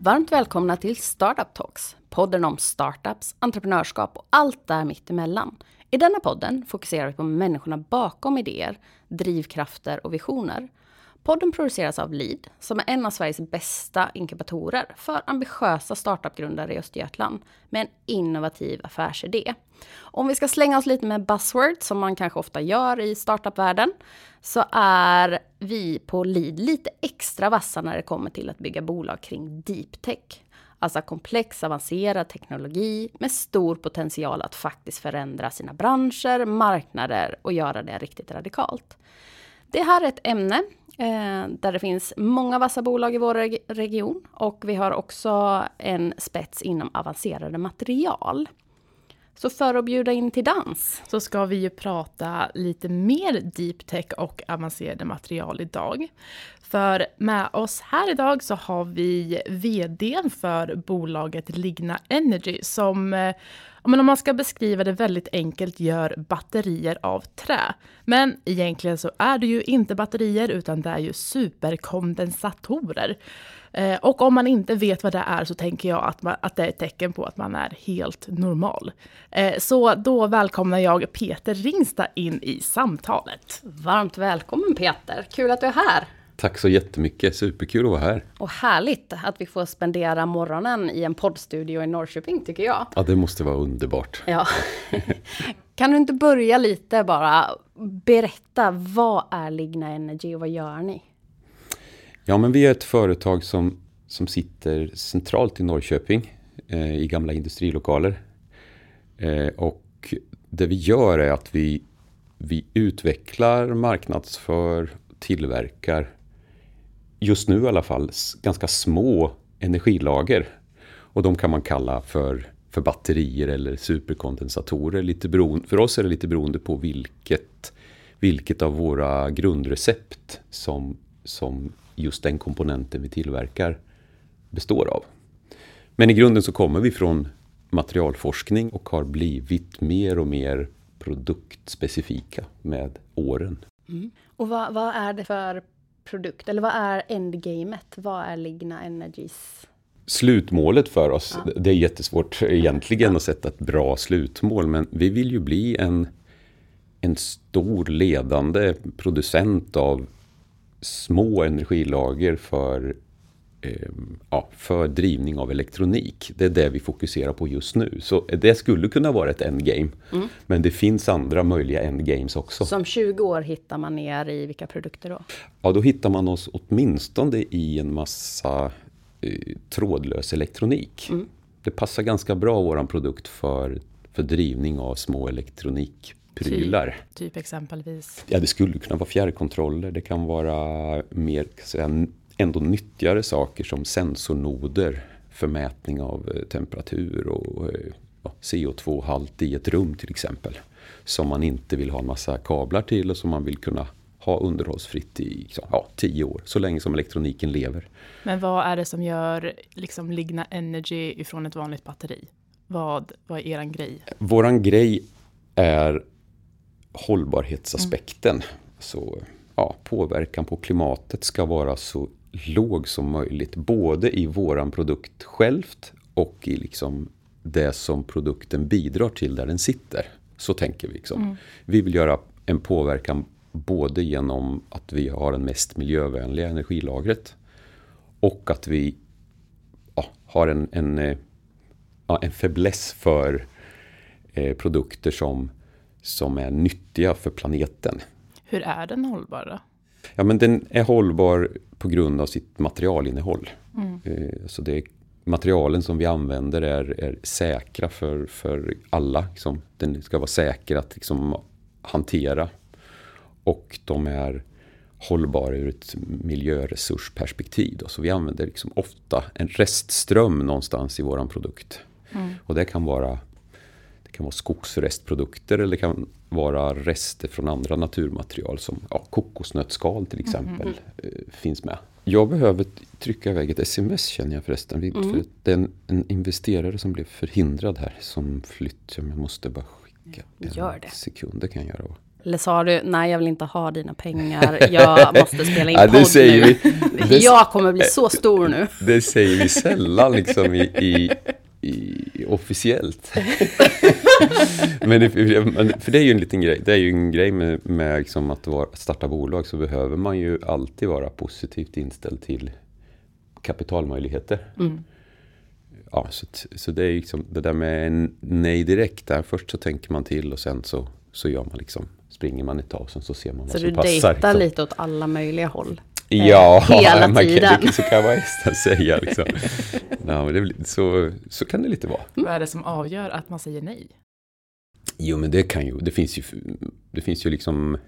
Varmt välkomna till Startup Talks, podden om startups, entreprenörskap och allt där mittemellan. I denna podden fokuserar vi på människorna bakom idéer, drivkrafter och visioner. Podden produceras av Lead, som är en av Sveriges bästa inkubatorer för ambitiösa startupgrundare i Östergötland med en innovativ affärsidé. Om vi ska slänga oss lite med buzzwords, som man kanske ofta gör i startupvärlden, så är vi på Lead lite extra vassa när det kommer till att bygga bolag kring deep tech. Alltså komplex, avancerad teknologi med stor potential att faktiskt förändra sina branscher, marknader och göra det riktigt radikalt. Det här är ett ämne där det finns många vassa bolag i vår region, och vi har också en spets inom avancerade material. Så för att bjuda in till dans så ska vi ju prata lite mer deep tech och avancerade material idag. För med oss här idag så har vi vdn för bolaget Ligna Energy som, om man ska beskriva det väldigt enkelt, gör batterier av trä. Men egentligen så är det ju inte batterier utan det är ju superkondensatorer. Och om man inte vet vad det är så tänker jag att det är ett tecken på att man är helt normal. Så då välkomnar jag Peter Ringstad in i samtalet. Varmt välkommen Peter, kul att du är här. Tack så jättemycket, superkul att vara här. Och härligt att vi får spendera morgonen i en poddstudio i Norrköping tycker jag. Ja, det måste vara underbart. Ja. Kan du inte börja lite bara berätta, vad är Ligna Energy och vad gör ni? Ja, men vi är ett företag som sitter centralt i Norrköping i gamla industrilokaler. Och det vi gör är att vi utvecklar, marknadsför, tillverkar, just nu i alla fall, ganska små energilager. Och de kan man kalla för batterier eller superkondensatorer. För oss är det lite beroende på vilket av våra grundrecept som just den komponenten vi tillverkar består av. Men i grunden så kommer vi från materialforskning och har blivit mer och mer produktspecifika med åren. Mm. Och vad är det för produkt? Eller vad är endgamet? Vad är Ligna Energys? Slutmålet för oss, det är jättesvårt egentligen att sätta ett bra slutmål. Men vi vill ju bli en stor ledande producent av små energilager för drivning av elektronik. Det är det vi fokuserar på just nu. Så det skulle kunna vara ett endgame. Mm. Men det finns andra möjliga endgames också. Som 20 år hittar man ner i vilka produkter då? Ja, då hittar man oss åtminstone i en massa trådlös elektronik. Mm. Det passar ganska bra våran produkt för drivning av små elektronikprylar. Typ exempelvis? Ja, det skulle kunna vara fjärrkontroller. Det kan vara mer ändå nyttigare saker som sensornoder för mätning av temperatur och CO2-halt i ett rum till exempel. Som man inte vill ha en massa kablar till och som man vill kunna ha underhållsfritt i 10 år. Så länge som elektroniken lever. Men vad är det som gör liksom Ligna Energy ifrån ett vanligt batteri? Vad är eran grej? Våran grej är hållbarhetsaspekten. Så påverkan på klimatet ska vara så låg som möjligt. Både i våran produkt självt och i liksom det som produkten bidrar till där den sitter. Så tänker vi. Liksom. Mm. Vi vill göra en påverkan både genom att vi har den mest miljövänliga energilagret och att vi har en fäbless för produkter som är nyttiga för planeten. Hur är den hållbar då? Ja, men den är hållbar på grund av sitt materialinnehåll. Mm. Så materialen som vi använder är säkra för alla. Liksom. Den ska vara säker att liksom hantera. Och de är hållbara ur ett miljöresursperspektiv. Så vi använder liksom ofta en restström någonstans i våran produkt. Mm. Och det kan vara skogsrestprodukter eller det kan vara rester från andra naturmaterial som kokosnötskal till exempel finns med. Jag behöver trycka iväg ett sms känner jag förresten. För det är en investerare som blev förhindrad här som flytt. Jag måste bara skicka en sekund, det kan jag göra. Eller sa du, nej jag vill inte ha dina pengar, jag måste spela in podd det säger nu. Jag kommer bli så stor nu. Det säger vi sällan liksom i officiellt. Men för det är ju en liten grej. Det är ju en grej med liksom att starta bolag, så behöver man ju alltid vara positivt inställd till kapitalmöjligheter. Ja, så det är liksom det där med nej direkt där. Först så tänker man till och sen så gör man liksom, springer man ett tag och sen så ser man vad som passar. Så du dejtar liksom lite åt alla möjliga håll? Ja, hela tiden. Så kan man nästan säga liksom. Ja, men så kan det lite vara. Vad är det som avgör att man säger nej? Jo, men det finns ju liksom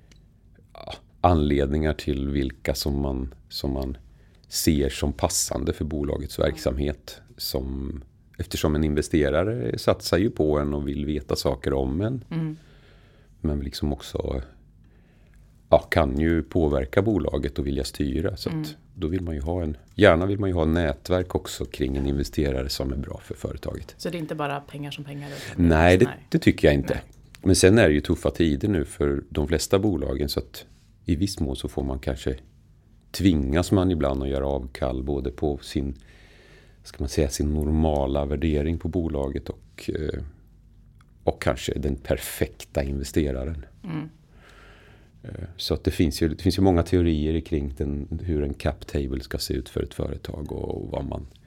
anledningar till vilka som man ser som passande för bolagets verksamhet. Eftersom en investerare satsar ju på en och vill veta saker om en. Men liksom också kan ju påverka bolaget och vilja styra. Så att då vill man ju gärna vill man ju ha en nätverk också kring en investerare som är bra för företaget. Så det är inte bara pengar som pengar? Nej, det tycker jag inte. Nej. Men sen är det ju tuffa tider nu för de flesta bolagen, så att i viss mån så får man kanske tvingas man ibland att göra avkall både på sin normala värdering på bolaget och kanske den perfekta investeraren. Så att det finns ju många teorier kring hur en cap table ska se ut för ett företag och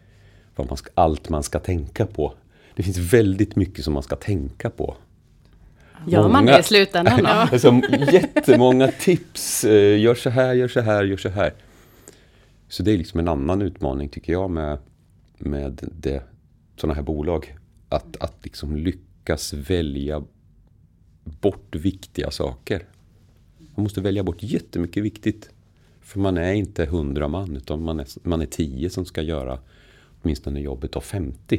allt man ska tänka på. Det finns väldigt mycket som man ska tänka på. Gör man det i slutändan? Alltså, jättemånga tips. Gör så här, gör så här, gör så här. Så det är liksom en annan utmaning tycker jag med sådana här bolag. Att liksom lyckas välja bort viktiga saker. Man måste välja bort jättemycket viktigt. För man är inte 100 man, utan man är 10 som ska göra åtminstone jobbet av 50.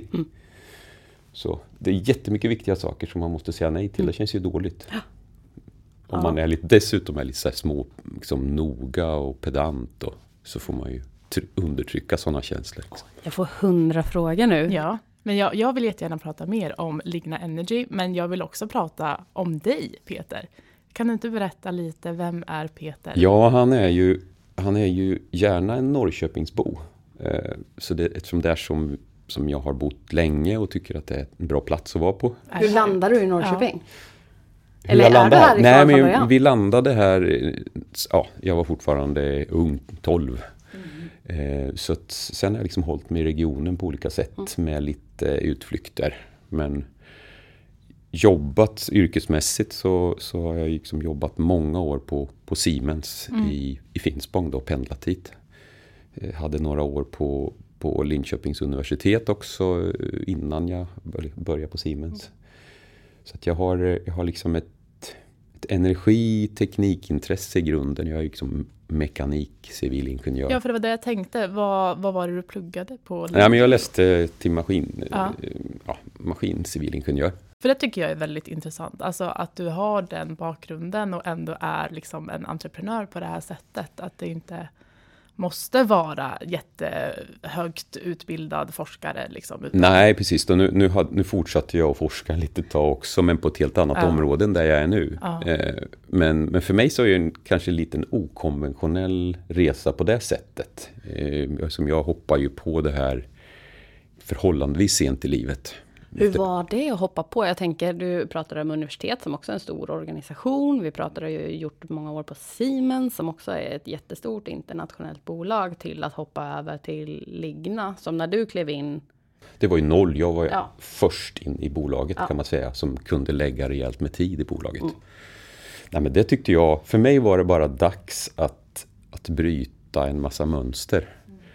Så det är jättemycket viktiga saker som man måste säga nej till. Det känns ju dåligt. Om man dessutom är lite så här små, liksom noga och pedant, så får man ju undertrycka sådana känslor. Liksom. Jag får 100 frågor nu. Ja, men jag vill jättegärna prata mer om Ligna Energy, men jag vill också prata om dig, Peter. Kan du inte berätta lite, vem är Peter? Ja, han är ju gärna en Norrköpingsbo. Så eftersom det är som jag har bott länge och tycker att det är en bra plats att vara på. Hur landar du i Norrköping? Ja. Eller är du härifrån från början? Vi landade här, jag var fortfarande ung, 12. Så att sen har jag liksom hållit mig i regionen på olika sätt med lite utflykter. Men jobbat yrkesmässigt så har jag liksom jobbat många år på Siemens i Finspång och pendlat hit. Hade några år på Linköpings universitet också innan jag började på Siemens. Så att jag har liksom ett teknikintresse i grunden. Jag är liksom civilingenjör. Ja, för det var det jag tänkte. Vad var det du pluggade på? Ja, men jag läste till civilingenjör. För det tycker jag är väldigt intressant. Alltså att du har den bakgrunden och ändå är liksom en entreprenör på det här sättet. Att det inte måste vara jättehögt utbildad forskare. Liksom, Nej, precis. Nu fortsatte jag att forska lite tag också, men på ett helt annat område än där jag är nu. Men för mig så är det en kanske liten okonventionell resa på det sättet. Som jag hoppar ju på det här förhållandevis sent i livet. Hur var det att hoppa på? Jag tänker, du pratade om universitet som också är en stor organisation. Vi pratade ju gjort många år på Siemens som också är ett jättestort internationellt bolag, till att hoppa över till Ligna. Som när du klev in. Det var ju 0. Jag var först in i bolaget kan man säga, som kunde lägga rejält med tid i bolaget. Nej, men det tyckte jag, för mig var det bara dags att bryta en massa mönster.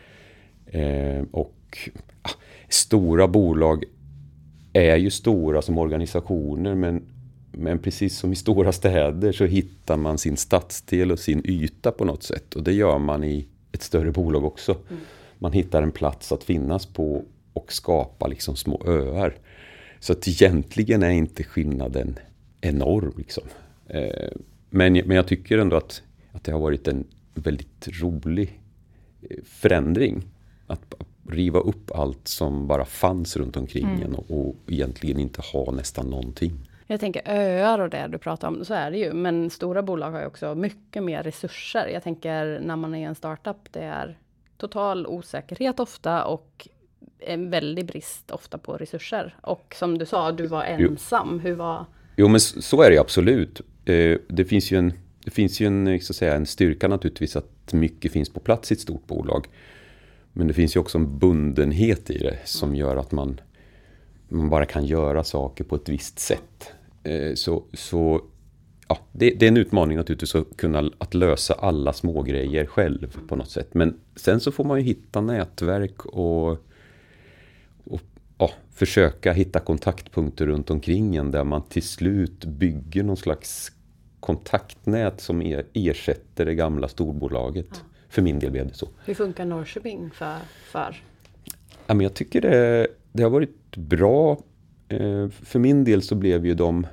Stora bolag är ju stora som organisationer, men precis som i stora städer så hittar man sin stadsdel och sin yta på något sätt. Och det gör man i ett större bolag också. Man hittar en plats att finnas på och skapa liksom små öar. Så att egentligen är inte skillnaden enorm. Liksom. Men jag tycker ändå att det har varit en väldigt rolig förändring. Att riva upp allt som bara fanns runt omkring en och egentligen inte ha nästan någonting. Jag tänker öar och det du pratar om, så är det ju. Men stora bolag har ju också mycket mer resurser. Jag tänker när man är en startup, det är total osäkerhet ofta och en väldig brist ofta på resurser. Och som du sa, du var ensam. Hur var... Jo, men så är det absolut. Det finns ju en, så att säga, en styrka naturligtvis att mycket finns på plats i ett stort bolag. Men det finns ju också en bundenhet i det som gör att man bara kan göra saker på ett visst sätt. Så ja, det är en utmaning naturligtvis att lösa alla små grejer själv på något sätt. Men sen så får man ju hitta nätverk och försöka hitta kontaktpunkter runt omkring en där man till slut bygger någon slags kontaktnät som ersätter det gamla storbolaget. Ja. För min del blev det så. Hur funkar Norrköping för? Ja, men jag tycker det har varit bra. För min del så blev ju de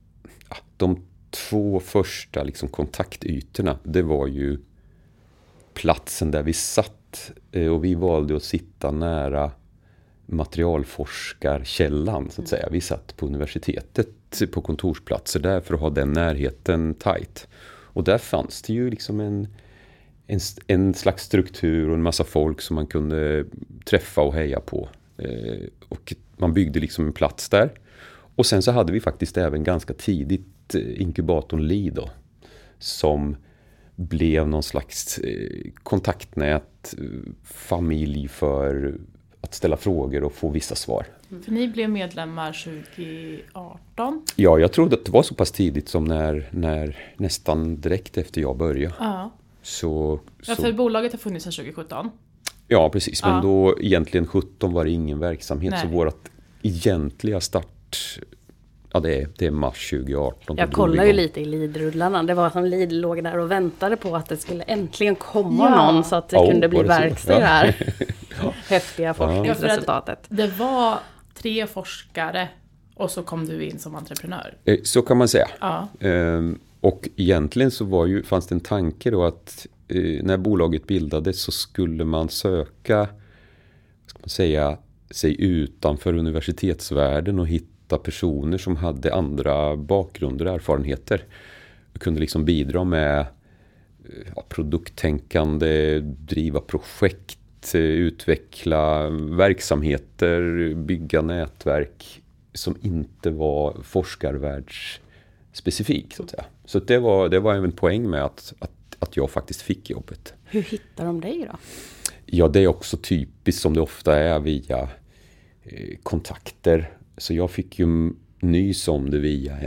2 första liksom kontaktytorna, det var ju platsen där vi satt. Och vi valde att sitta nära materialforskarkällan så att säga. Vi satt på universitetet på kontorsplatser där för att ha den närheten tight. Och där fanns det ju liksom en slags struktur och en massa folk som man kunde träffa och heja på. Och man byggde liksom en plats där. Och sen så hade vi faktiskt även ganska tidigt inkubatorn Li då, som blev någon slags kontaktnät, familj för att ställa frågor och få vissa svar. För ni blev medlemmar 2018? Ja, jag trodde att det var så pass tidigt som när nästan direkt efter jag började. Ja. För bolaget har funnits sedan 2017? Ja, precis. Men då egentligen 17 var det ingen verksamhet. Nej. Så vårt egentliga start, ja, det är mars 2018. Jag kollar ju lite i Lidrullarna. Det var som Lidl låg där och väntade på att det skulle äntligen komma någon så att det kunde bli verkstad i det här häftiga forskningsresultatet. Det var 3 forskare och så kom du in som entreprenör. Så kan man säga. Ja. Och egentligen så fanns det en tanke då att när bolaget bildades så skulle man söka, ska man säga, sig utanför universitetsvärlden och hitta personer som hade andra bakgrunder och erfarenheter. Och kunde liksom bidra med produkttänkande, driva projekt, utveckla verksamheter, bygga nätverk som inte var forskarvärldsspecifik så att säga. Så det var en poäng med att jag faktiskt fick jobbet. Hur hittar de dig då? Ja, det är också typiskt som det ofta är via kontakter. Så jag fick ju nys om det via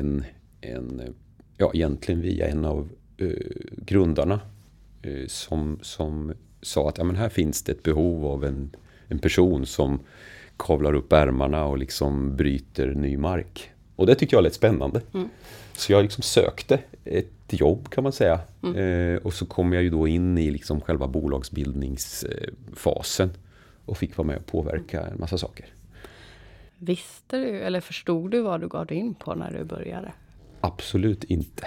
egentligen via en av grundarna som sa att men här finns det ett behov av en person som kavlar upp ärmarna och liksom bryter ny mark. Och det tycker jag är lite spännande. Mm. Så jag liksom sökte ett jobb kan man säga. Och så kom jag ju då in i liksom själva bolagsbildningsfasen och fick vara med och påverka en massa saker. Visste du eller förstod du vad du gav dig in på när du började? Absolut inte.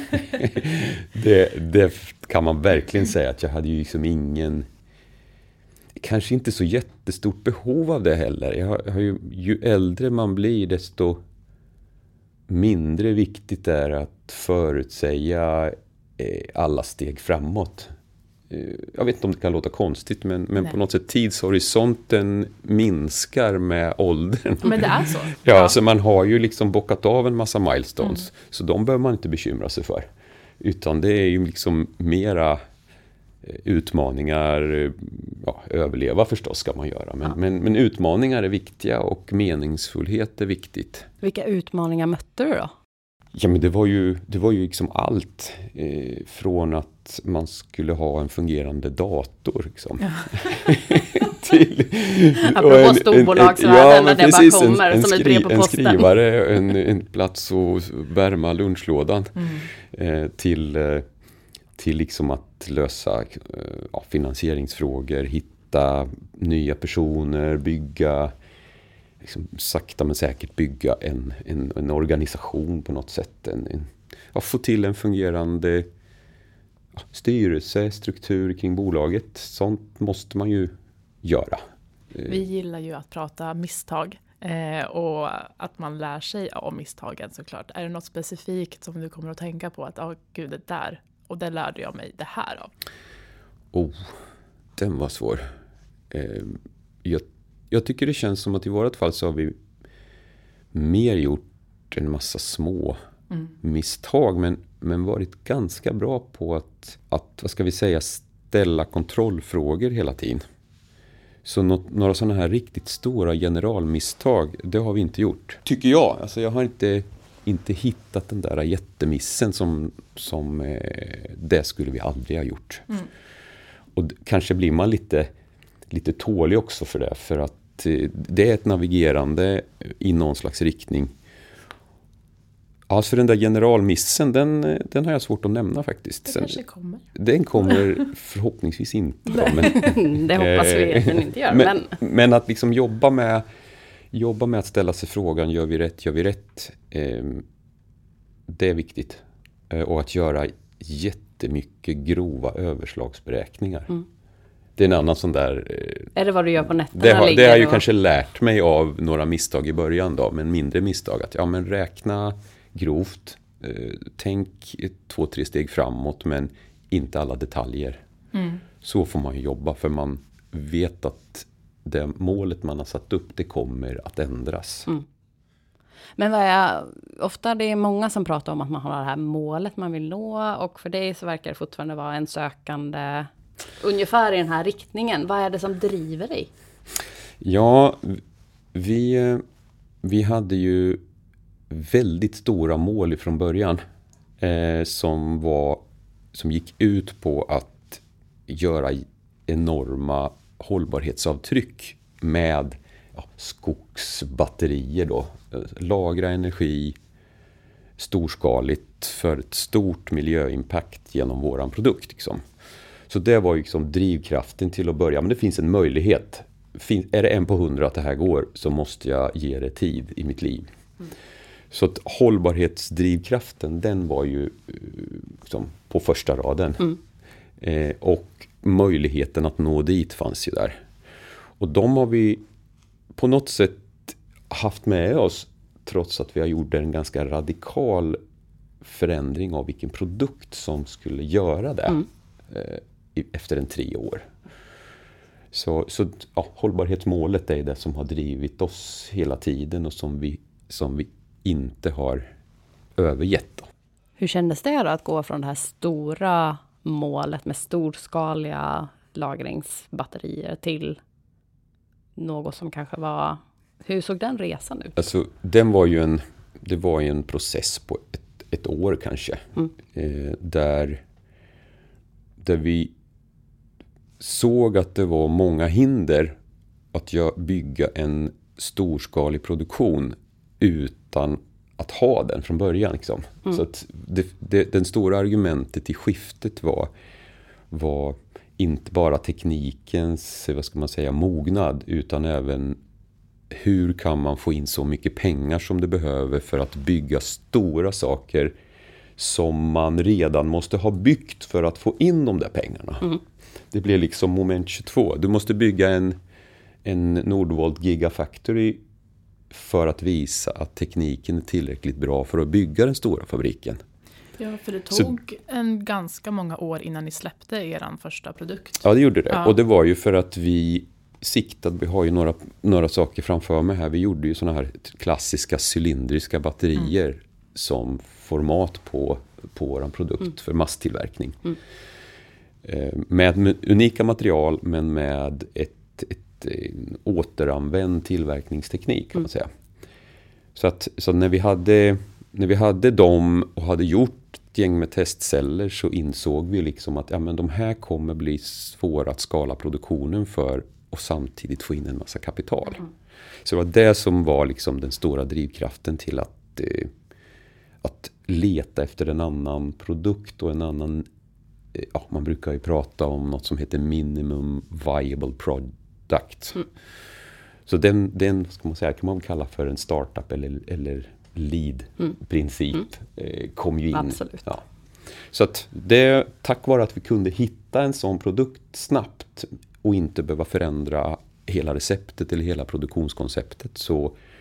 det kan man verkligen säga att jag hade ju liksom kanske inte så jättestort behov av det heller. Jag har ju äldre man blir desto mindre viktigt är att förutsäga alla steg framåt. Jag vet inte om det kan låta konstigt men på något sätt tidshorisonten minskar med åldern. Men det är så? Ja, så man har ju liksom bockat av en massa milestones. Så de behöver man inte bekymra sig för. Utan det är ju liksom mera utmaningar, överleva förstås ska man göra. Men utmaningar är viktiga och meningsfullhet är viktigt. Vilka utmaningar mötte du då? Ja, men det var ju liksom allt från att man skulle ha en fungerande dator liksom. Ja. Apropå storbolagsvärlden när det bara kommer som ett brev på posten. En skrivare, en plats och värma lunchlådan till liksom att lösa finansieringsfrågor, hitta nya personer, bygga liksom, sakta men säkert bygga en organisation på något sätt. Få till en fungerande styrelse, struktur kring bolaget. Sånt måste man ju göra. Vi gillar ju att prata misstag Och att man lär sig av misstagen såklart. Är det något specifikt som du kommer att tänka på att gud, det där, och det lärde jag mig det här av? Den var svår. Jag tycker det känns som att i vårt fall så har vi mer gjort en massa små misstag, men varit ganska bra på att vad ska vi säga, ställa kontrollfrågor hela tiden. Så några sådana här riktigt stora generalmisstag, det har vi inte gjort. Tycker jag. Alltså jag har inte hittat den där jättemissen som det skulle vi aldrig ha gjort. Och kanske blir man lite tålig också för det. För att det är ett navigerande i någon slags riktning. Alltså den där generalmissen, den har jag svårt att nämna faktiskt. Det kanske kommer. Den kommer förhoppningsvis inte. Då, men, det hoppas vi att den inte gör. Men att liksom jobba med att ställa sig frågan, gör vi rätt? Det är viktigt. Och att göra jättemycket grova överslagsberäkningar. Det är en annan sån där... Är det vad du gör på nätterna? Det har jag ju kanske lärt mig av några misstag i början då, men mindre misstag. Att räkna grovt, tänk 2-3 steg framåt, men inte alla detaljer. Så får man ju jobba, för man vet att det målet man har satt upp, det kommer att ändras. Men ofta det är många som pratar om att man har det här målet man vill nå, och för dig så verkar det fortfarande vara en sökande ungefär i den här riktningen. Vad är det som driver dig? Ja, vi hade ju väldigt stora mål från början som gick ut på att göra enorma hållbarhetsavtryck med skogsbatterier då. Lagra energi storskaligt för ett stort miljöimpact genom våran produkt liksom. Så det var ju liksom drivkraften till att börja. Men det finns en möjlighet. Är det 1 på 100 att det här går, så måste jag ge det tid i mitt liv. Så att hållbarhetsdrivkraften, den var ju liksom på första raden. Och möjligheten att nå dit fanns ju där. Och de har vi på något sätt haft med oss, trots att vi har gjort en ganska radikal förändring av vilken produkt som skulle göra det efter 3 år. Så hållbarhetsmålet är det som har drivit oss hela tiden och som vi inte har övergett. Då. Hur kändes det då att gå från det här stora målet med storskaliga lagringsbatterier till något som kanske var... Hur såg den resan ut? Alltså, det var ju en process på ett år kanske. Där vi såg att det var många hinder att bygga en storskalig produktion utan att ha den från början. Liksom. Så att den stora argumentet i skiftet var inte bara teknikens, vad ska man säga, mognad, utan även hur kan man få in så mycket pengar som det behöver för att bygga stora saker som man redan måste ha byggt för att få in de där pengarna. Det blir liksom moment 22. Du måste bygga en Nordvolt Gigafactory för att visa att tekniken är tillräckligt bra för att bygga den stora fabriken. Ja, för det tog en ganska många år innan ni släppte er första produkt. Ja, det gjorde det. Ja. Och det var ju för att vi har ju några saker framför mig här. Vi gjorde ju såna här klassiska cylindriska batterier som format på vår produkt för masstillverkning. Med unika material, men med ett återanvänd tillverkningsteknik kan man säga. Så när vi hade dem och hade gjort ett gäng med testceller, så insåg vi liksom att de här kommer bli svåra att skala produktionen för och samtidigt få in en massa kapital. Så det var det som var liksom den stora drivkraften till att leta efter en annan produkt och en annan, man brukar ju prata om något som heter minimum viable product. Så den ska man säga, kan man kalla för en startup eller lead-princip kom ju in. Absolut. Ja. Så att det, tack vare att vi kunde hitta en sån produkt snabbt och inte behöva förändra hela receptet eller hela produktionskonceptet, så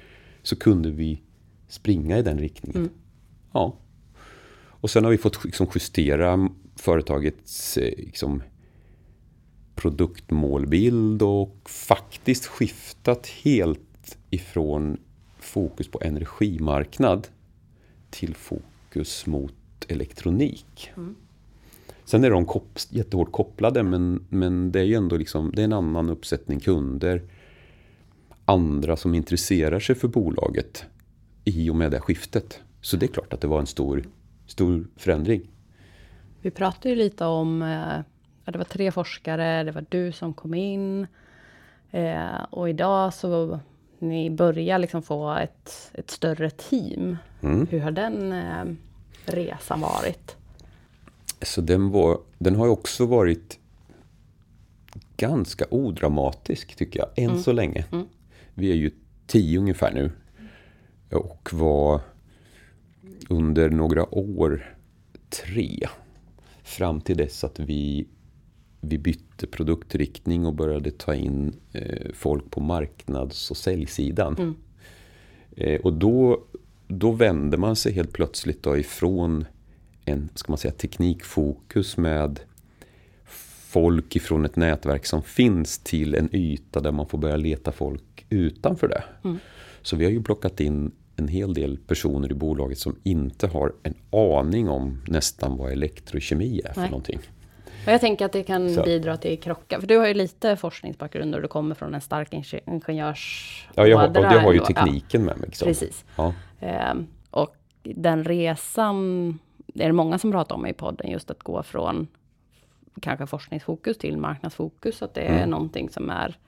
så kunde vi springa i den riktningen. Ja. Och sen har vi fått liksom justera företagets liksom produktmålbild och faktiskt skiftat helt ifrån fokus på energimarknad till fokus mot elektronik. Sen är de jättehårt kopplade, men det är ju ändå liksom, det är en annan uppsättning kunder, andra som intresserar sig för bolaget i och med det skiftet. Så det är klart att det var en stor förändring. Vi pratade ju lite om, det var 3 forskare, det var du som kom in. Och idag så ni börjar liksom få ett större team. Hur har den resan varit? Så den har ju också varit ganska odramatisk tycker jag, än så länge. Vi är ju 10 ungefär nu. Och var under några år 3. Fram till dess att vi bytte produktriktning och började ta in folk på marknads- och säljsidan. Och då vände man sig helt plötsligt då ifrån en, ska man säga, teknikfokus med folk ifrån ett nätverk som finns till en yta där man får börja leta folk utanför det. Så vi har ju plockat in en hel del personer i bolaget som inte har en aning om nästan vad elektrokemi är för någonting. Och jag tänker att det kan bidra till krockar. För du har ju lite forskningsbakgrund och du kommer från en stark ingenjörs... Ja, och det har ju tekniken med mig. Precis. Ja. Och den resan, det är många som pratar om i podden, just att gå från kanske forskningsfokus till marknadsfokus. Att det är någonting som är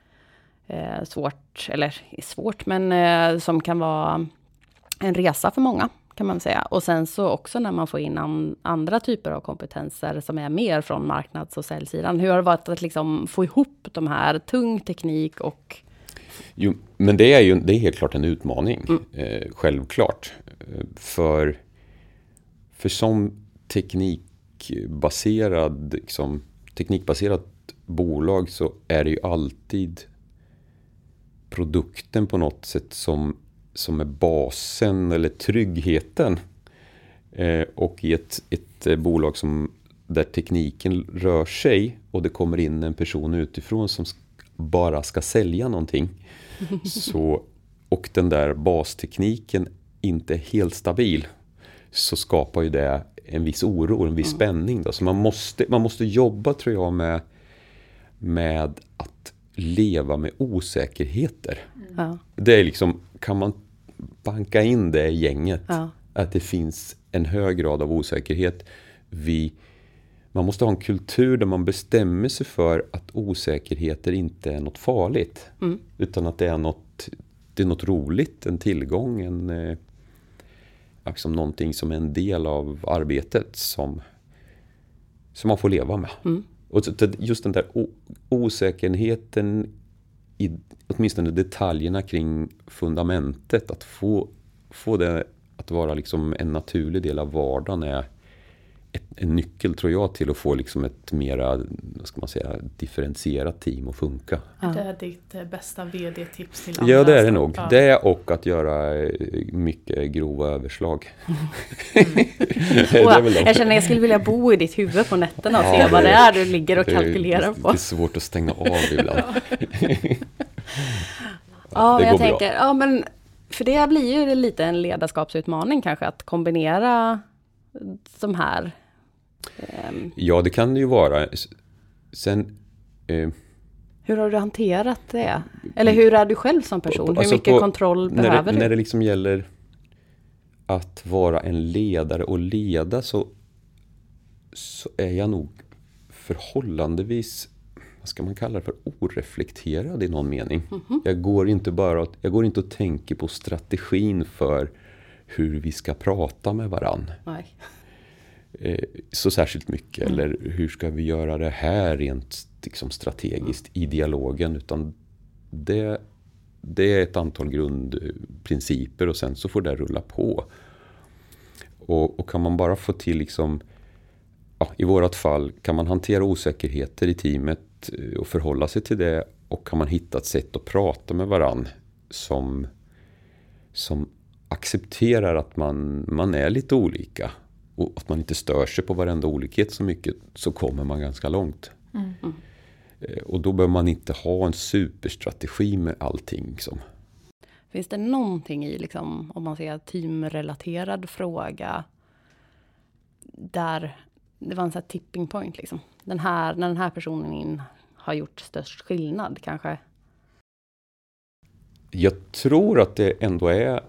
svårt, men som kan vara en resa för många, kan man säga. Och sen så också när man får in andra typer av kompetenser som är mer från marknads- och säljsidan. Hur har det varit att liksom få ihop de här tung teknik och... Jo, men det är helt klart en utmaning. Självklart. För som teknikbaserat bolag så är det ju alltid produkten på något sätt som är basen eller tryggheten. Och i ett bolag där tekniken rör sig och det kommer in en person utifrån som bara ska sälja någonting. Och den där bastekniken inte är helt stabil, så skapar ju det en viss oro, en viss spänning. Då. Så man måste jobba, tror jag, med att leva med osäkerheter. Det är liksom, kan man banka in det i gänget, att det finns en hög grad av osäkerhet. Man måste ha en kultur där man bestämmer sig för att osäkerheter inte är något farligt, utan att det är något roligt, en tillgång, liksom någonting som är en del av arbetet som man får leva med. Och just den där osäkerheten i åtminstone detaljerna kring fundamentet, att få det att vara liksom en naturlig del av vardagen, är en nyckel, tror jag, till att få liksom ett mera, vad ska man säga, differentierat team att funka. Det är ditt bästa vd-tips till andra? Ja, det är det nog. Det, och att göra mycket grova överslag. Jag känner att jag skulle vilja bo i ditt huvud på nätterna och se vad det är du ligger och kalkylerar på. Det är svårt att stänga av ibland. Men jag tänker, men för det blir ju lite en ledarskapsutmaning kanske, att kombinera de här. Ja, det kan det ju vara. Sen... hur har du hanterat det? Eller hur är du själv som person? Hur mycket kontroll behöver du? När det liksom gäller att vara en ledare och leda, så är jag nog förhållandevis, vad ska man kalla det för, oreflekterad i någon mening. Jag går inte och tänker på strategin för hur vi ska prata med varann. Nej. Så särskilt mycket. Eller hur ska vi göra det här rent liksom strategiskt i dialogen. Utan det är ett antal grundprinciper, och sen så får det rulla på. Och kan man bara få till liksom, i vårat fall, kan man hantera osäkerheter i teamet och förhålla sig till det, och kan man hitta ett sätt att prata med varann som som accepterar att man är lite olika och att man inte stör sig på varenda olikhet så mycket, så kommer man ganska långt. Och då behöver man inte ha en superstrategi med allting. Finns det någonting i, liksom, om man säger teamrelaterad fråga, där det var en sån här tipping point liksom? När den här personen har gjort störst skillnad kanske? Jag tror att det ändå är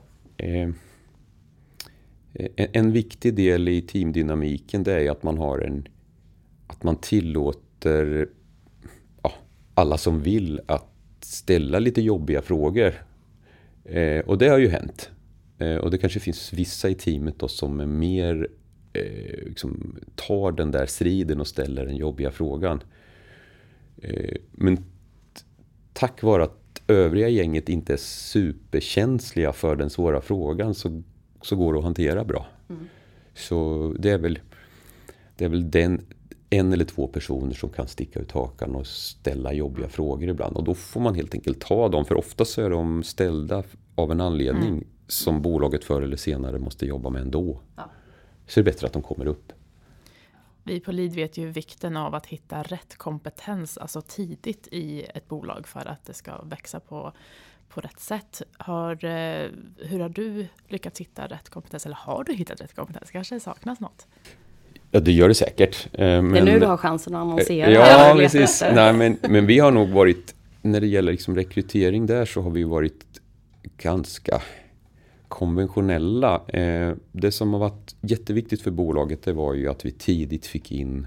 en viktig del i teamdynamiken, det är att man har att man tillåter alla som vill att ställa lite jobbiga frågor. Och det har ju hänt. Och det kanske finns vissa i teamet då som är mer liksom tar den där striden och ställer den jobbiga frågan. Men tack vare att övriga gänget inte är superkänsliga för den svåra frågan, så går det att hantera bra. Så det är väl en eller två personer som kan sticka ut hakan och ställa jobbiga frågor ibland. Och då får man helt enkelt ta dem, för ofta så är de ställda av en anledning som bolaget förr eller senare måste jobba med ändå. Ja. Så det är bättre att de kommer upp. Vi på Lead vet ju vikten av att hitta rätt kompetens, alltså tidigt i ett bolag, för att det ska växa på rätt sätt. Hur har du lyckats hitta rätt kompetens, eller har du hittat rätt kompetens? Kanske det saknas något? Ja, det gör det säkert. Det är nu du har chansen att annonsera. Ja, precis. Nej, men vi har nog varit, när det gäller liksom rekrytering där, så har vi varit ganska konventionella. Det som har varit jätteviktigt för bolaget, det var ju att vi tidigt fick in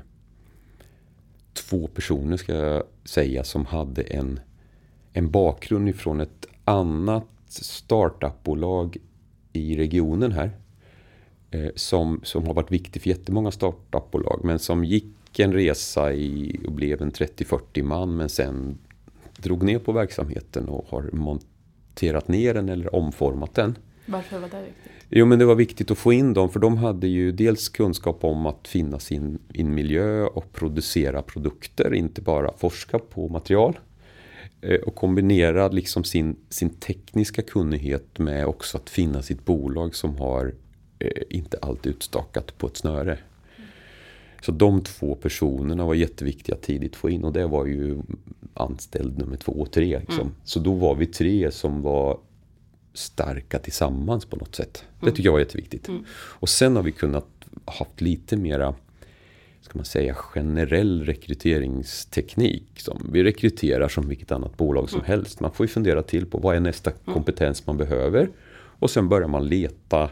2 personer, ska jag säga, som hade en bakgrund ifrån ett annat startupbolag i regionen här. Som har varit viktig för jättemånga startupbolag, men som gick en resa och blev en 30-40 man, men sen drog ner på verksamheten och har monterat ner den eller omformat den. Varför var det viktigt? Jo, men det var viktigt att få in dem, för de hade ju dels kunskap om att finnas i en miljö och producera produkter, inte bara forska på material. Och kombinera liksom sin tekniska kunnighet med också att finna sitt bolag som har inte allt utstakat på ett snöre. Så de 2 personerna var jätteviktiga tidigt att få in, och det var ju anställd nummer 2 och 3. Liksom. Så då var vi 3 som var starka tillsammans på något sätt. Det tycker jag var jätteviktigt. Och sen har vi kunnat haft lite mera, ska man säga, generell rekryteringsteknik. Som vi rekryterar som vilket annat bolag som helst. Man får ju fundera till på vad är nästa kompetens man behöver. Och sen börjar man leta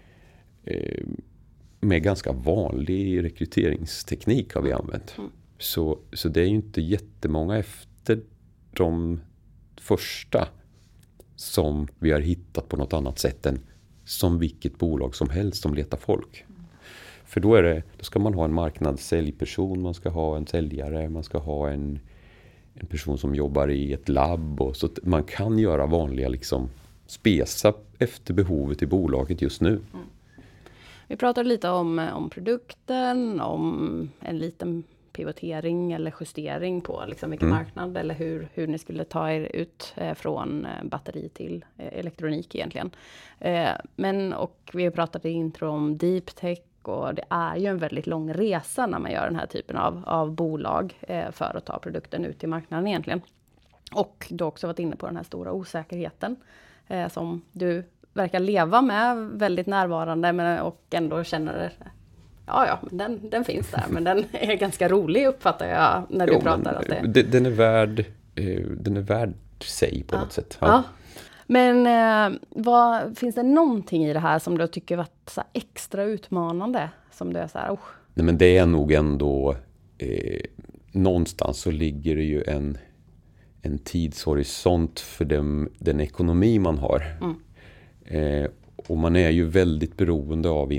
med ganska vanlig rekryteringsteknik har vi använt. Så det är ju inte jättemånga efter de första som vi har hittat på något annat sätt än som vilket bolag som helst som letar folk. För då ska man ha en marknadssäljperson, man ska ha en säljare, man ska ha en person som jobbar i ett labb. Och så att man kan göra vanliga liksom spesa efter behovet i bolaget just nu. Vi pratade lite om produkten, om en liten pivotering eller justering på liksom vilken marknad, eller hur ni skulle ta er ut från batteri till elektronik egentligen. Och vi har pratat i intro om deep tech, och det är ju en väldigt lång resa när man gör den här typen av bolag för att ta produkten ut i marknaden egentligen. Och du har också varit inne på den här stora osäkerheten som du verkar leva med, väldigt närvarande, och ändå känner den finns där, men den är ganska rolig, uppfattar jag när du pratar. Att den är värd sig på något sätt. Ja. Men finns det någonting i det här som du tycker varit så extra utmanande? Som du är så här, Nej, men det är nog ändå någonstans så ligger det ju en tidshorisont för den ekonomi man har. Och man är ju väldigt beroende av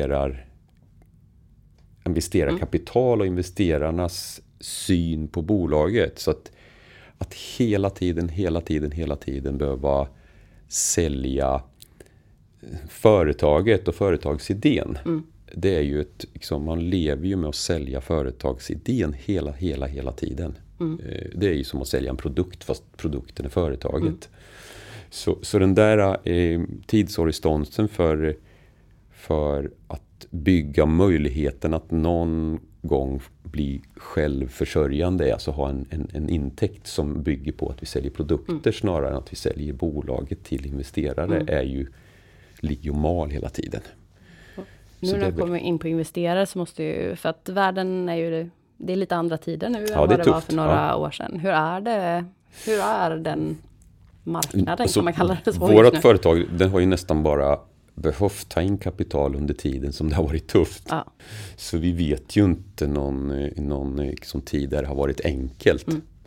investerarkapital och investerarnas syn på bolaget. Så att hela tiden behöva sälja företaget och företagsidén. Det är ju man lever ju med att sälja företagsidén hela tiden. Det är ju som att sälja en produkt fast produkten är företaget. Så den där tidshorisonten för att bygga möjligheten att någon gång bli självförsörjande, alltså ha en intäkt som bygger på att vi säljer produkter snarare än att vi säljer bolaget till investerare ligger ju mal hela tiden. Nu när vi kommer in på investerare så måste ju, för att världen är ju, det är lite andra tider nu än vad det var för några år sedan. Hur är den marknaden, kan man kalla det så? Vårt företag, den har ju nästan bara behövt ta in kapital under tiden som det har varit tufft. Ja. Så vi vet ju inte någon liksom tid där det har varit enkelt.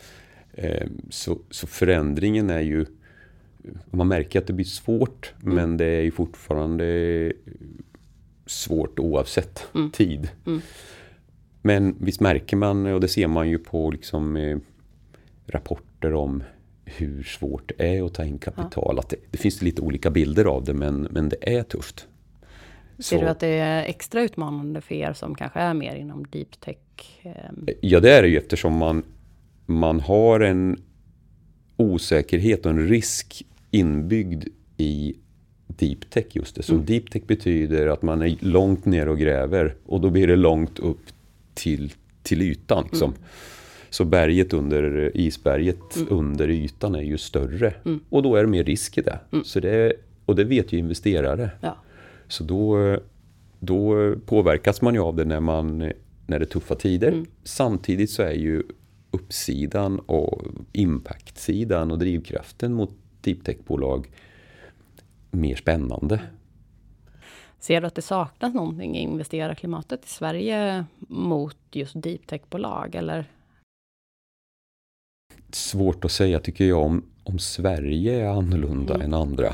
Så förändringen är ju, man märker att det blir svårt, men det är ju fortfarande svårt oavsett tid. Men visst märker man, och det ser man ju på liksom, rapporter om hur svårt det är att ta in kapital. Att det finns lite olika bilder av det, men det är tufft. Ser du att det är extra utmanande för er som kanske är mer inom deep tech? Ja, det är det ju, eftersom man har en osäkerhet och en risk inbyggd i deep tech just det. Så deep tech betyder att man är långt ner och gräver, och då blir det långt upp till ytan liksom. Så berget isberget under ytan är ju större. Och då är det mer risk i det. Och det vet ju investerare. Ja. Så då påverkas man ju av det när det är tuffa tider. Samtidigt så är ju uppsidan och impactsidan och drivkraften mot deep tech-bolag mer spännande. Ser du att det saknas någonting i investerarklimatet i Sverige mot just deep tech-bolag, eller? Svårt att säga tycker jag om Sverige är annorlunda än andra.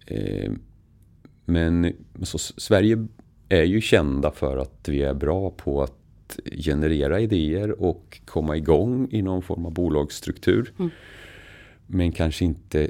Men så Sverige är ju kända för att vi är bra på att generera idéer och komma igång i någon form av bolagsstruktur. Men kanske inte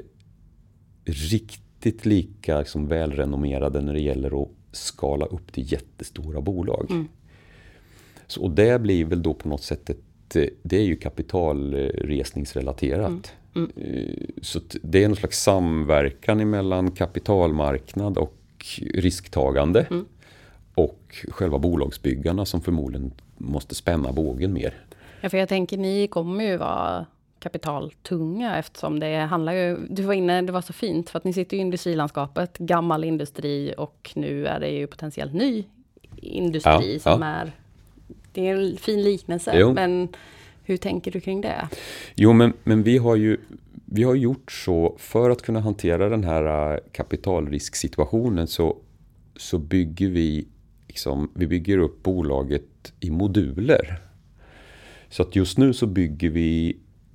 riktigt lika liksom välrenommerade när det gäller att skala upp till jättestora bolag. Så, och det blir väl då på något sätt det är ju kapitalresningsrelaterat. Så det är någon slags samverkan mellan kapitalmarknad och risktagande och själva bolagsbyggarna som förmodligen måste spänna bågen mer. Ja, för jag tänker ni kommer ju vara kapitaltunga, eftersom det handlar ju, du var inne, det var så fint för att ni sitter i industrilandskapet, gammal industri, och nu är det ju potentiellt ny industri som är, det är en fin liknelse, men hur tänker du kring det? Jo, men vi har gjort så för att kunna hantera den här kapitalrisksituationen, så bygger vi bygger upp bolaget i moduler. Så att just nu så bygger vi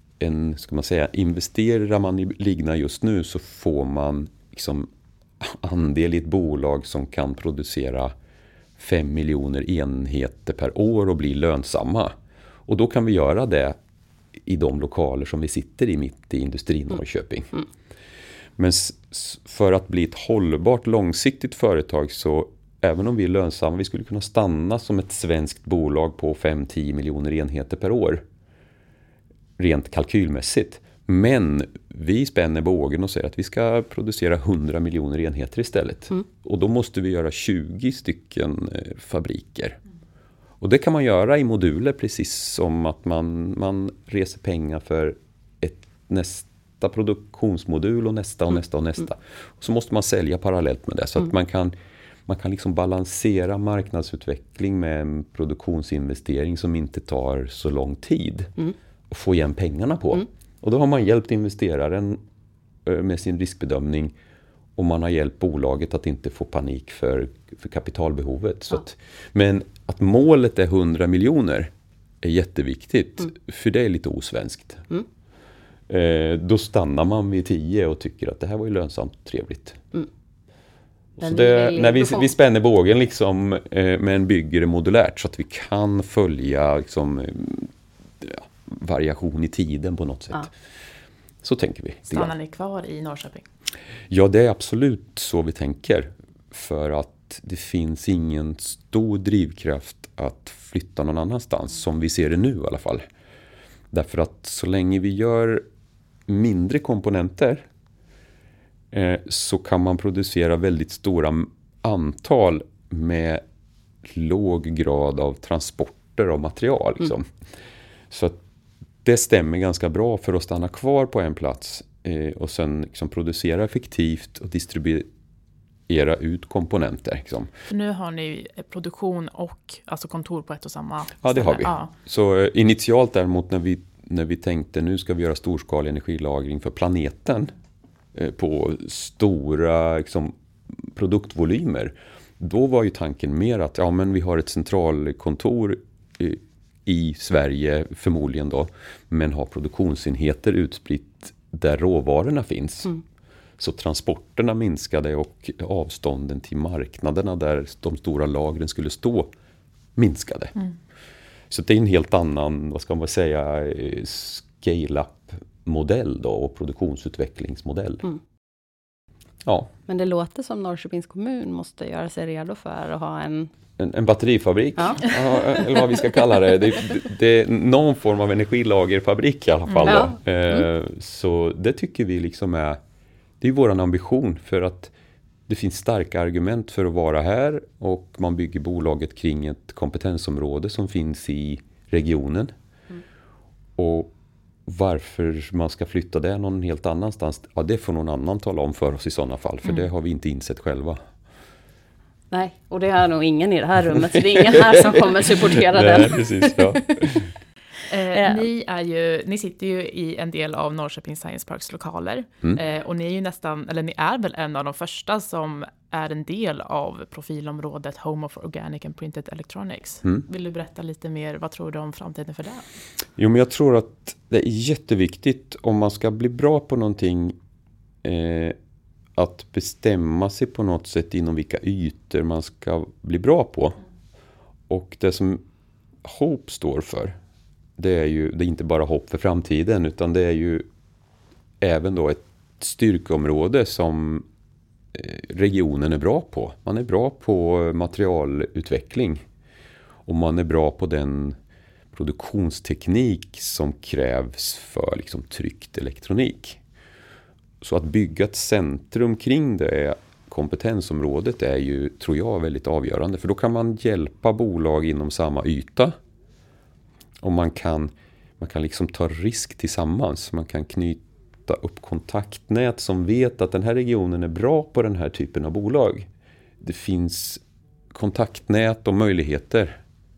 investerar man i Ligna just nu, så får man liksom andel i ett bolag som kan producera 5 miljoner enheter per år och bli lönsamma. Och då kan vi göra det i de lokaler som vi sitter i mitt i industrin i Norrköping. Men för att bli ett hållbart långsiktigt företag, så även om vi är lönsamma, vi skulle kunna stanna som ett svenskt bolag på 5-10 miljoner enheter per år. Rent kalkylmässigt. Men vi spänner bågen och säger att vi ska producera 100 miljoner enheter istället. Och då måste vi göra 20 stycken fabriker. Och det kan man göra i moduler, precis som att man reser pengar för nästa produktionsmodul och nästa och nästa och nästa. Och så måste man sälja parallellt med det, så att man kan liksom balansera marknadsutveckling med en produktionsinvestering som inte tar så lång tid och få igen pengarna på. Och då har man hjälpt investeraren med sin riskbedömning, och man har hjälpt bolaget att inte få panik för kapitalbehovet. Så men att målet är 100 miljoner är jätteviktigt, för det är lite osvenskt. Då stannar man vid 10 och tycker att det här var ju lönsamt och trevligt. Så när vi spänner bågen liksom, men bygger det modulärt så att vi kan följa liksom, variation i tiden på något sätt. Så tänker vi. Stannar ni kvar i Norrköping? Ja, det är absolut så vi tänker. För att det finns ingen stor drivkraft att flytta någon annanstans, som vi ser det nu i alla fall. Därför att så länge vi gör mindre komponenter så kan man producera väldigt stora antal med låg grad av transporter av material. Liksom. Så att det stämmer ganska bra för att stanna kvar på en plats och sen liksom producera effektivt och distribuera ut komponenter. Liksom. Nu har ni produktion och alltså kontor på ett och samma ställe. Ja, det har vi. Ja. Så initialt däremot när vi tänkte nu ska vi göra storskalig energilagring för planeten på stora liksom, produktvolymer. Då var ju tanken mer att men vi har ett centralkontor i Sverige förmodligen då, men har produktionsenheter utspritt där råvarorna finns. Så transporterna minskade och avstånden till marknaderna där de stora lagren skulle stå minskade. Så det är en helt annan, vad ska man säga, scale-up-modell då och produktionsutvecklingsmodell. Ja. Men det låter som Norrköpings kommun måste göra sig redo för att ha en batterifabrik, eller vad vi ska kalla det. Det är någon form av energilagerfabrik i alla fall. Så det tycker vi liksom det är vår ambition, för att det finns starka argument för att vara här och man bygger bolaget kring ett kompetensområde som finns i regionen. Och varför man ska flytta det någon helt annanstans, det får någon annan tala om för oss i sådana fall, för det har vi inte insett själva. Nej, och det är nog ingen i det här rummet, så det är ingen här som kommer supportera den. Nej, precis, ja. Ni sitter ju i en del av Norrköping Science Parks lokaler och ni är ju ni är väl en av de första som är en del av profilområdet Home of Organic and Printed Electronics. Vill du berätta lite mer, vad tror du om framtiden för det? Jo, men jag tror att det är jätteviktigt om man ska bli bra på någonting att bestämma sig på något sätt inom vilka ytor man ska bli bra på. Och det som Hope står för, det är inte bara hopp för framtiden, utan det är ju även då ett styrkeområde som regionen är bra på. Man är bra på materialutveckling och man är bra på den produktionsteknik som krävs för liksom tryckt elektronik. Så att bygga ett centrum kring det kompetensområdet är ju, tror jag, väldigt avgörande. För då kan man hjälpa bolag inom samma yta. Och man kan liksom ta risk tillsammans. Man kan knyta upp kontaktnät som vet att den här regionen är bra på den här typen av bolag. Det finns kontaktnät och möjligheter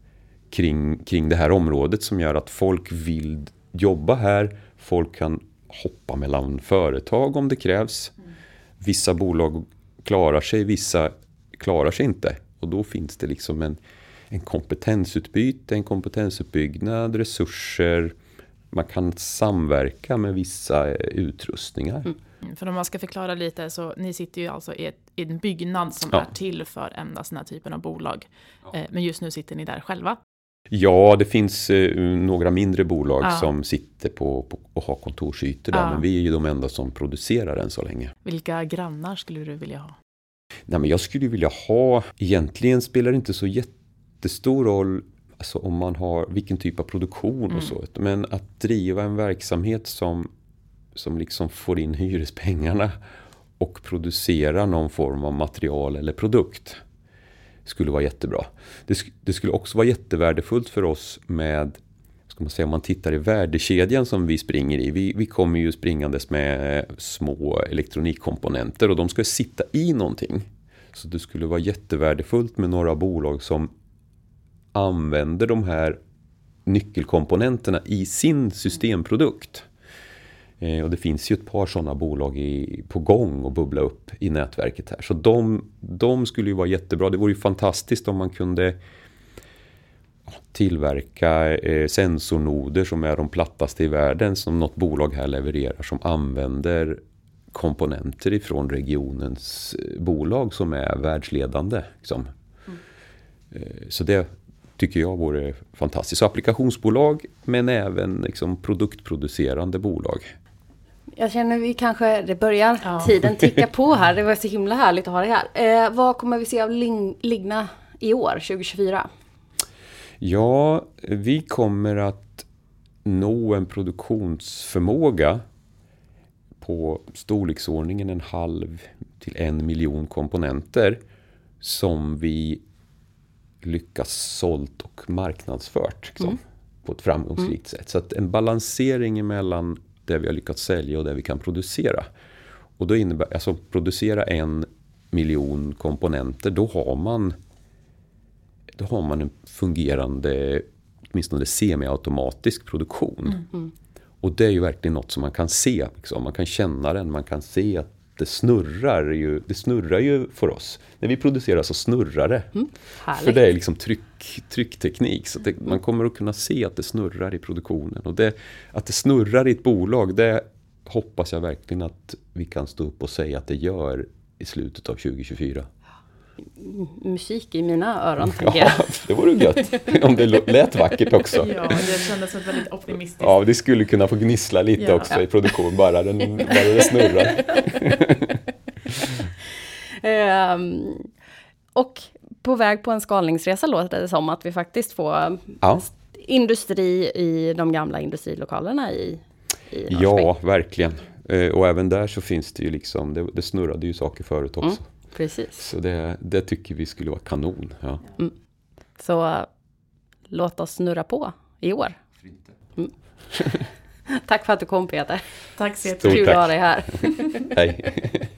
kring det här området som gör att folk vill jobba här. Folk kan hoppa mellan företag om det krävs. Vissa bolag klarar sig, vissa klarar sig inte. Och då finns det liksom en kompetensutbyte, en kompetensuppbyggnad, resurser. Man kan samverka med vissa utrustningar. För om man ska förklara lite, så ni sitter ju alltså i en byggnad som är till för endast den här typen av bolag. Men just nu sitter ni där själva. Ja, det finns några mindre bolag som sitter på och har kontorsytor där. Men vi är ju de enda som producerar än så länge. Vilka grannar skulle du vilja ha? Nej, men jag skulle vilja ha, egentligen spelar det inte så jättestor roll alltså om man har vilken typ av produktion och så. Men att driva en verksamhet som liksom får in hyrespengarna och producera någon form av material eller produkt skulle vara jättebra. Det skulle också vara jättevärdefullt för oss med, ska man säga, om man tittar i värdekedjan som vi springer i. Vi kommer ju springandes med små elektronikkomponenter och de ska sitta i någonting. Så det skulle vara jättevärdefullt med några bolag som använder de här nyckelkomponenterna i sin systemprodukt. Och det finns ju ett par sådana bolag på gång och bubbla upp i nätverket här. Så de skulle ju vara jättebra. Det vore ju fantastiskt om man kunde tillverka sensornoder som är de plattaste i världen som något bolag här levererar som använder komponenter ifrån regionens bolag som är världsledande. Liksom. Så det tycker jag vore fantastiskt. Så applikationsbolag men även liksom produktproducerande bolag. Jag känner det börjar tiden ticka på här. Det var så himla härligt att ha det här. Vad kommer vi se av Ligna i år, 2024? Ja, vi kommer att nå en produktionsförmåga på storleksordningen 0,5 till 1 miljon komponenter som vi lyckas sålt och marknadsfört liksom, på ett framgångsrikt sätt. Så att en balansering mellan det vi har lyckats sälja och det vi kan producera. Och då innebär, alltså producera 1 miljon komponenter, då har man en fungerande, åtminstone semiautomatisk produktion. Och det är ju verkligen något som man kan se. Liksom. Man kan känna den, man kan se att det snurrar ju för oss. När vi producerar så snurrar det. För det är liksom tryckteknik. Så man kommer att kunna se att det snurrar i produktionen. Och att det snurrar i ett bolag, det hoppas jag verkligen att vi kan stå upp och säga att det gör i slutet av 2024. Musik i mina öron, tänker jag. Ja, det vore gött. Om det lät vackert också. Ja, det kändes som väldigt optimistiskt. Ja, det skulle kunna få gnissla lite också i produktion, bara det snurrar. Och på väg på en skalningsresa låter det som att vi faktiskt får industri i de gamla industrilokalerna i Norrköping. Ja, verkligen. Och även där så finns det ju liksom, det snurrade ju saker förut också. Precis. Så det tycker vi skulle vara kanon. Ja. Så låt oss snurra på i år. Tack för att du kom, Peter. Tack så jättemycket. Kul att ha dig här. Hej.